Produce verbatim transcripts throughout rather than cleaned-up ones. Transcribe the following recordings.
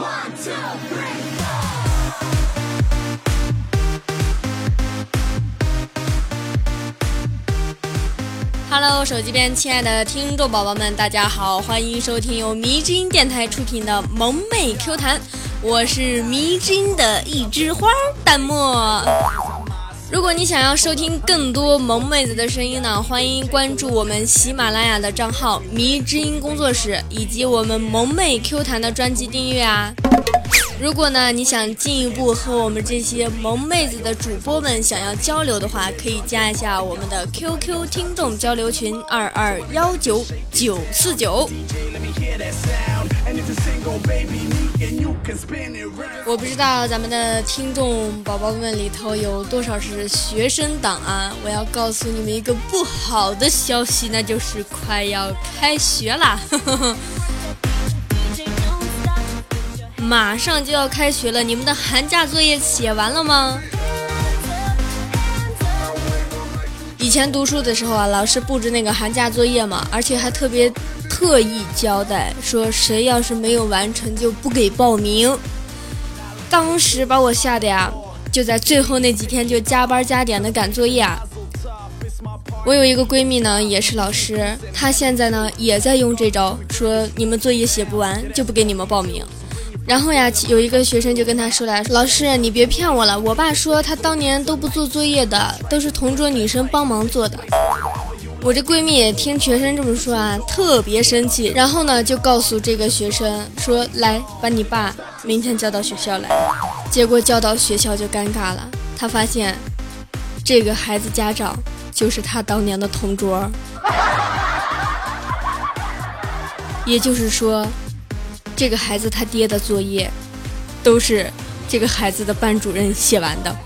Hello， 手机边亲爱的听众宝宝们，大家好，欢迎收听由迷之音电台出品的萌妹 Q 弹，我是迷之音的一枝花淡漠。如果你想要收听更多萌妹子的声音呢，欢迎关注我们喜马拉雅的账号迷之音工作室，以及我们萌妹 Q 弹的专辑订阅啊。如果呢你想进一步和我们这些萌妹子的主播们想要交流的话，可以加一下我们的 Q Q 听众交流群二二幺九九四九。我不知道咱们的听众宝宝们里头有多少是学生党啊，我要告诉你们一个不好的消息，那就是快要开学啦马上就要开学了，你们的寒假作业写完了吗？以前读书的时候啊，老师布置那个寒假作业嘛，而且还特别特意交代说谁要是没有完成就不给报名。当时把我吓得呀，就在最后那几天就加班加点的赶作业啊。我有一个闺蜜呢，也是老师，她现在呢也在用这招，说你们作业写不完就不给你们报名。然后呀，有一个学生就跟他说了，老师你别骗我了，我爸说他当年都不做作业的，都是同桌女生帮忙做的。我这闺蜜也听学生这么说啊，特别生气，然后呢就告诉这个学生说，来把你爸明天叫到学校来。结果叫到学校就尴尬了，他发现这个孩子家长就是他当年的同桌，也就是说这个孩子他爹的作业都是这个孩子的班主任写完的。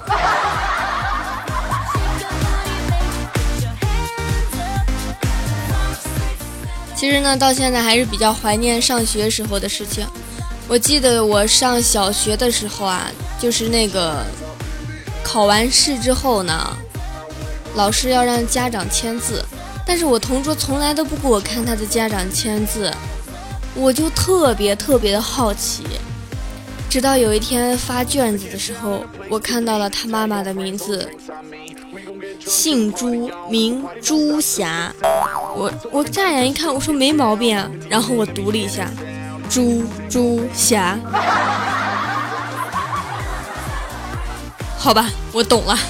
其实呢，到现在还是比较怀念上学时候的事情。我记得我上小学的时候啊，就是那个考完试之后呢，老师要让家长签字，但是我同桌从来都不给我看他的家长签字，我就特别特别的好奇。直到有一天发卷子的时候，我看到了他妈妈的名字，姓朱名朱霞。我我乍眼一看，我说没毛病啊，然后我读了一下朱朱霞，好吧，我懂了。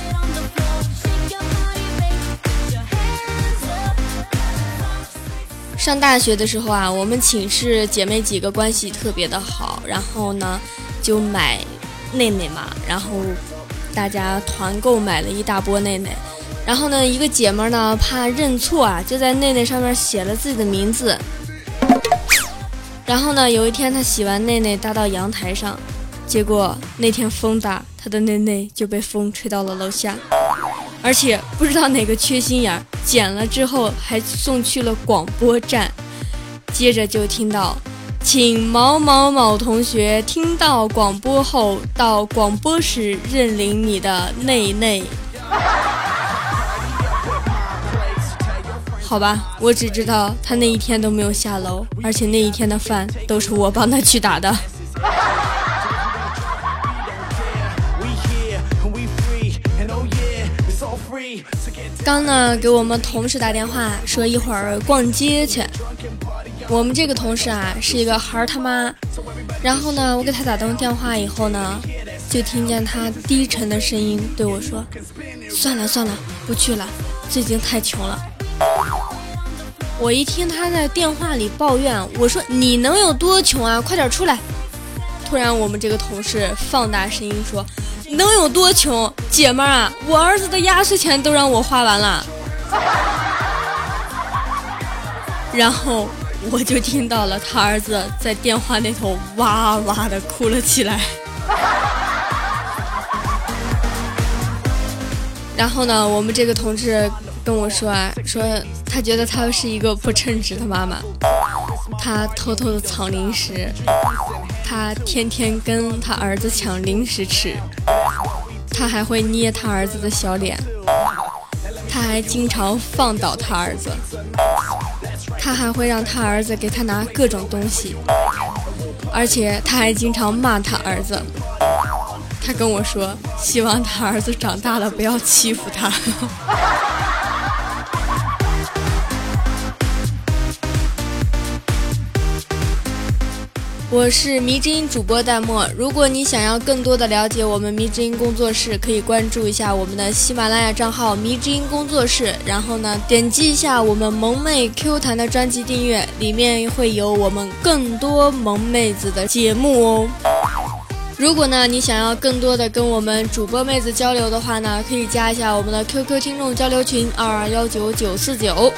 上大学的时候啊，我们寝室姐妹几个关系特别的好，然后呢就买内内嘛，然后大家团购买了一大波内内，然后呢一个姐妹呢怕认错啊，就在内内上面写了自己的名字。然后呢有一天她洗完内内搭到阳台上，结果那天风大，她的内内就被风吹到了楼下，而且不知道哪个缺心眼，剪了之后还送去了广播站。接着就听到，请某某某同学听到广播后到广播室认领你的内内。好吧，我只知道他那一天都没有下楼，而且那一天的饭都是我帮他去打的。刚呢给我们同事打电话说一会儿逛街去，我们这个同事啊是一个孩他妈，然后呢我给他打通电话以后呢，就听见他低沉的声音对我说，算了算了不去了，最近太穷了。我一听他在电话里抱怨，我说你能有多穷啊，快点出来。突然我们这个同事放大声音说，能有多穷，姐们儿啊，我儿子的压岁钱都让我花完了。然后我就听到了他儿子在电话那头哇哇的哭了起来。然后呢我们这个同事跟我说啊，说他觉得他是一个不称职的妈妈，他偷偷的藏零食，他天天跟他儿子抢零食吃，他还会捏他儿子的小脸，他还经常放倒他儿子，他还会让他儿子给他拿各种东西。 而且他还经常骂他儿子。他跟我说，希望他儿子长大了不要欺负他。我是迷之音主播弹幕，如果你想要更多的了解我们迷之音工作室，可以关注一下我们的喜马拉雅账号迷之音工作室，然后呢点击一下我们萌妹 Q 弹的专辑订阅，里面会有我们更多萌妹子的节目哦。如果呢你想要更多的跟我们主播妹子交流的话呢，可以加一下我们的 Q Q 听众交流群二二一九九四九。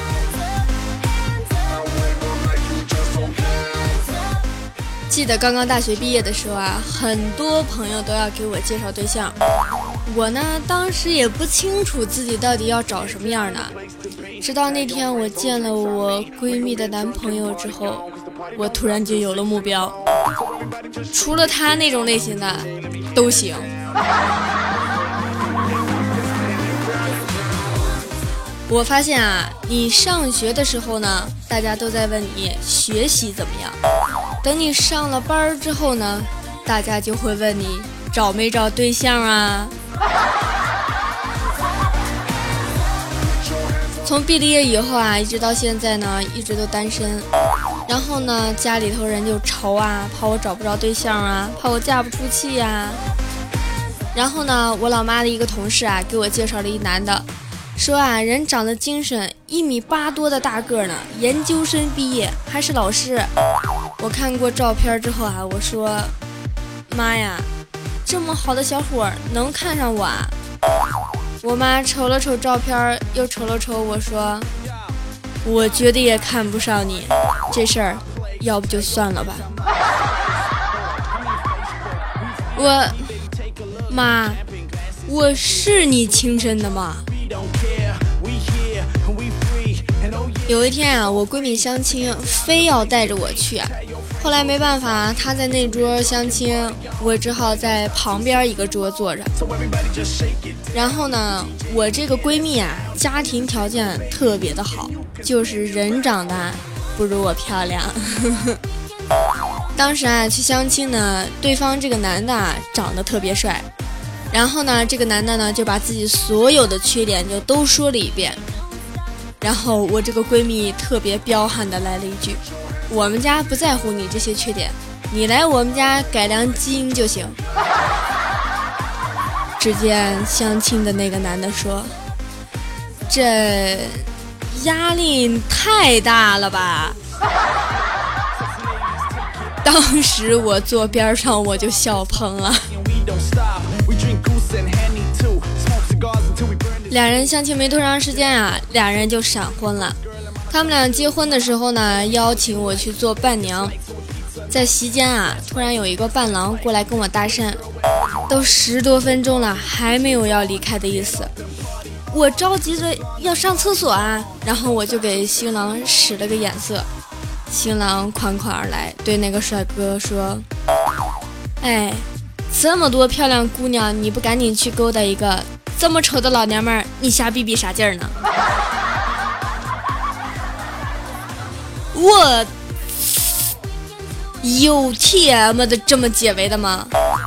记得刚刚大学毕业的时候啊，很多朋友都要给我介绍对象，我呢当时也不清楚自己到底要找什么样的，直到那天我见了我闺蜜的男朋友之后，我突然就有了目标，除了他那种类型的都行。我发现啊，你上学的时候呢，大家都在问你学习怎么样，等你上了班之后呢，大家就会问你找没找对象啊。从毕了业以后啊，一直到现在呢，一直都单身。然后呢，家里头人就愁啊，怕我找不着对象啊，怕我嫁不出去呀、啊。然后呢，我老妈的一个同事啊，给我介绍了一男的，说啊，人长得精神，一米八多的大个呢，研究生毕业，还是老师。我看过照片之后啊，我说，妈呀，这么好的小伙能看上我啊？我妈瞅了瞅照片，又瞅了瞅我说，我觉得也看不上你，这事儿要不就算了吧。我妈，我是你亲生的吗？有一天啊，我闺蜜相亲，非要带着我去啊。后来没办法，她在那桌相亲，我只好在旁边一个桌坐着。然后呢，我这个闺蜜啊，家庭条件特别的好，就是人长得不如我漂亮。当时啊，去相亲呢，对方这个男的啊，长得特别帅。然后呢，这个男的呢，就把自己所有的缺点就都说了一遍。然后我这个闺蜜特别彪悍的来了一句，我们家不在乎你这些缺点，你来我们家改良基因就行。只见相亲的那个男的说，这压力太大了吧。当时我坐边上我就笑喷了。俩人相亲没多长时间啊，俩人就闪婚了。他们俩结婚的时候呢，邀请我去做伴娘。在席间啊，突然有一个伴郎过来跟我搭讪，都十多分钟了，还没有要离开的意思。我着急着要上厕所啊，然后我就给新郎使了个眼色。新郎款款而来，对那个帅哥说，哎，这么多漂亮姑娘，你不赶紧去勾搭一个，这么丑的老娘们儿，你瞎逼逼啥劲儿呢？我有 T M 的这么解围的吗？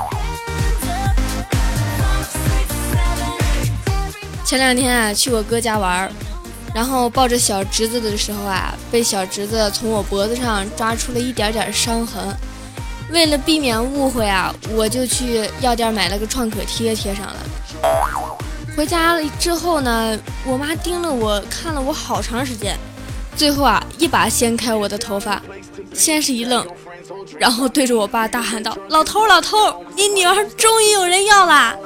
前两天啊，去我哥家玩，然后抱着小侄子的时候啊，被小侄子从我脖子上抓出了一点点伤痕。为了避免误会啊，我就去药店买了个创可贴贴上了。回家了之后呢，我妈盯了我看了我好长时间，最后啊一把掀开我的头发，先是一愣，然后对着我爸大喊道，老头老头，你女儿终于有人要啦。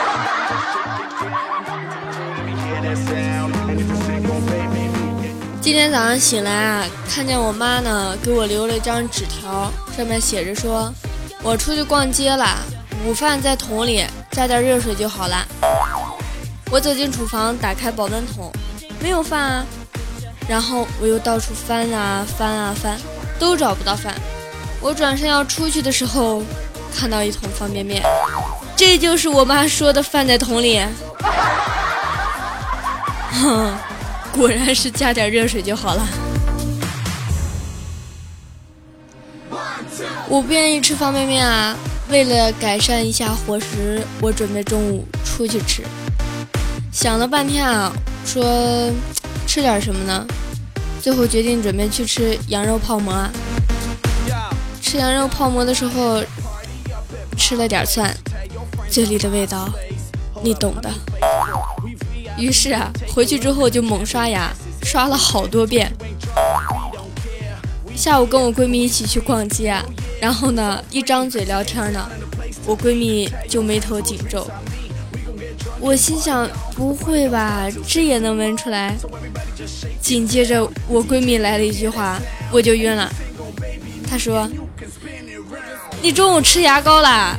今天早上醒来啊，看见我妈呢给我留了一张纸条，上面写着说，我出去逛街了，午饭在桶里，加点热水就好了。我走进厨房，打开保温桶，没有饭啊。然后我又到处翻啊翻啊翻，都找不到饭。我转身要出去的时候，看到一桶方便面，这就是我妈说的饭在桶里。哼，果然是加点热水就好了。 我不愿意吃方便面啊，为了改善一下伙食，我准备中午出去吃。想了半天啊，说吃点什么呢？最后决定准备去吃羊肉泡馍啊。吃羊肉泡馍的时候吃了点蒜，嘴里的味道你懂的。于是啊，回去之后就猛刷牙，刷了好多遍。下午跟我闺蜜一起去逛街啊，然后呢一张嘴聊天呢，我闺蜜就眉头紧皱。我心想不会吧，这也能闻出来？紧接着我闺蜜来了一句话，我就晕了。她说：“你中午吃牙膏啦？”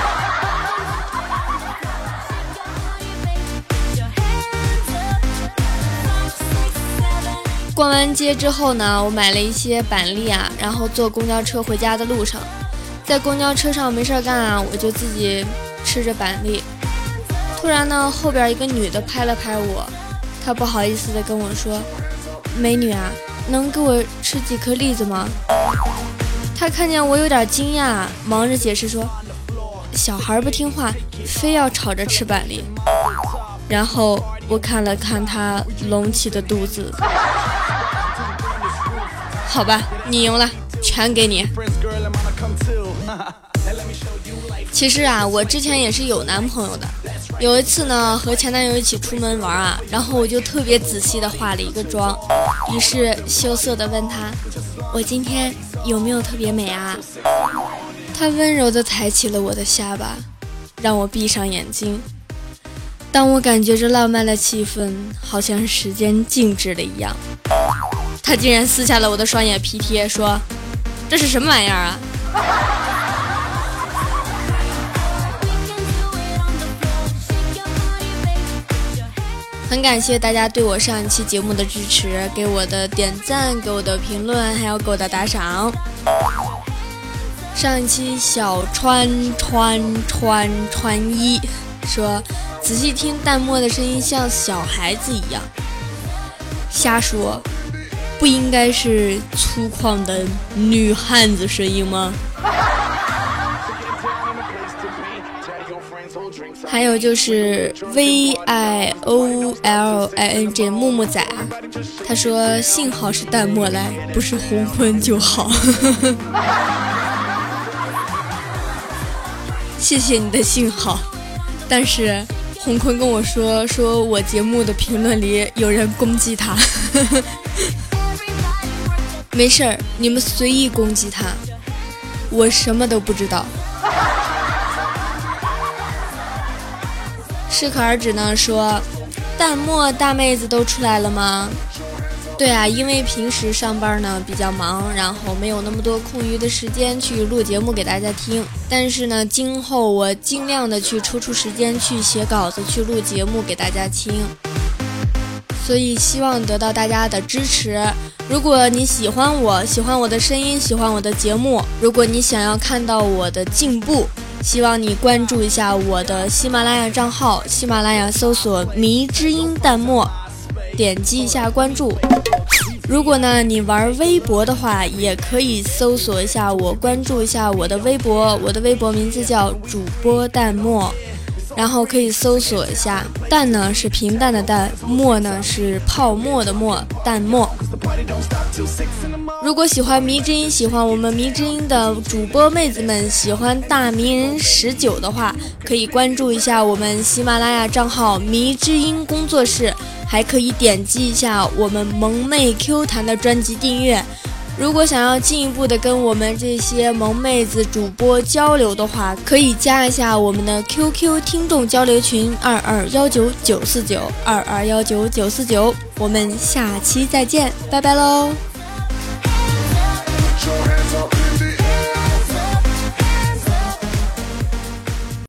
逛完街之后呢，我买了一些板栗啊，然后坐公交车回家的路上，在公交车上没事干啊，我就自己吃着板栗。突然呢，后边一个女的拍了拍我，她不好意思的跟我说：“美女啊，能给我吃几颗栗子吗？”她看见我有点惊讶，忙着解释说：“小孩不听话，非要吵着吃板栗。”然后我看了看她隆起的肚子，好吧，你赢了，全给你。其实啊，我之前也是有男朋友的。有一次呢，和前男友一起出门玩啊，然后我就特别仔细的化了一个妆，于是羞涩的问他：“我今天有没有特别美啊？”他温柔的抬起了我的下巴，让我闭上眼睛。当我感觉着浪漫的气氛好像时间静止了一样，他竟然撕下了我的双眼皮贴，说：“这是什么玩意儿啊？”很感谢大家对我上一期节目的支持，给我的点赞，给我的评论，还有给我的打赏。上一期小川川川川一说，仔细听弹幕的声音像小孩子一样，瞎说，不应该是粗犷的女汉子声音吗？还有就是 V I O L I N J 木木仔，他说幸好是淡漠来，不是红坤就好。谢谢你的幸好，但是红坤跟我说，说我节目的评论里有人攻击他。没事儿，你们随意攻击他，我什么都不知道。适可而止呢说，淡漠大妹子都出来了吗？对啊，因为平时上班呢比较忙，然后没有那么多空余的时间去录节目给大家听，但是呢今后我尽量的去抽出时间去写稿子，去录节目给大家听，所以希望得到大家的支持。如果你喜欢我，喜欢我的声音，喜欢我的节目，如果你想要看到我的进步，希望你关注一下我的喜马拉雅账号，喜马拉雅搜索迷之音弹幕，点击一下关注。如果呢你玩微博的话，也可以搜索一下我，关注一下我的微博，我的微博名字叫主播弹幕，然后可以搜索一下，淡呢是平淡的淡，沫呢是泡沫的沫，淡漠。如果喜欢迷之音，喜欢我们迷之音的主播妹子们，喜欢大迷人十九的话，可以关注一下我们喜马拉雅账号迷之音工作室，还可以点击一下我们萌妹 Q 弹的专辑订阅。如果想要进一步的跟我们这些萌妹子主播交流的话，可以加一下我们的 Q Q 听众交流群二二幺九九四九二二幺九九四九。我们下期再见，拜拜喽。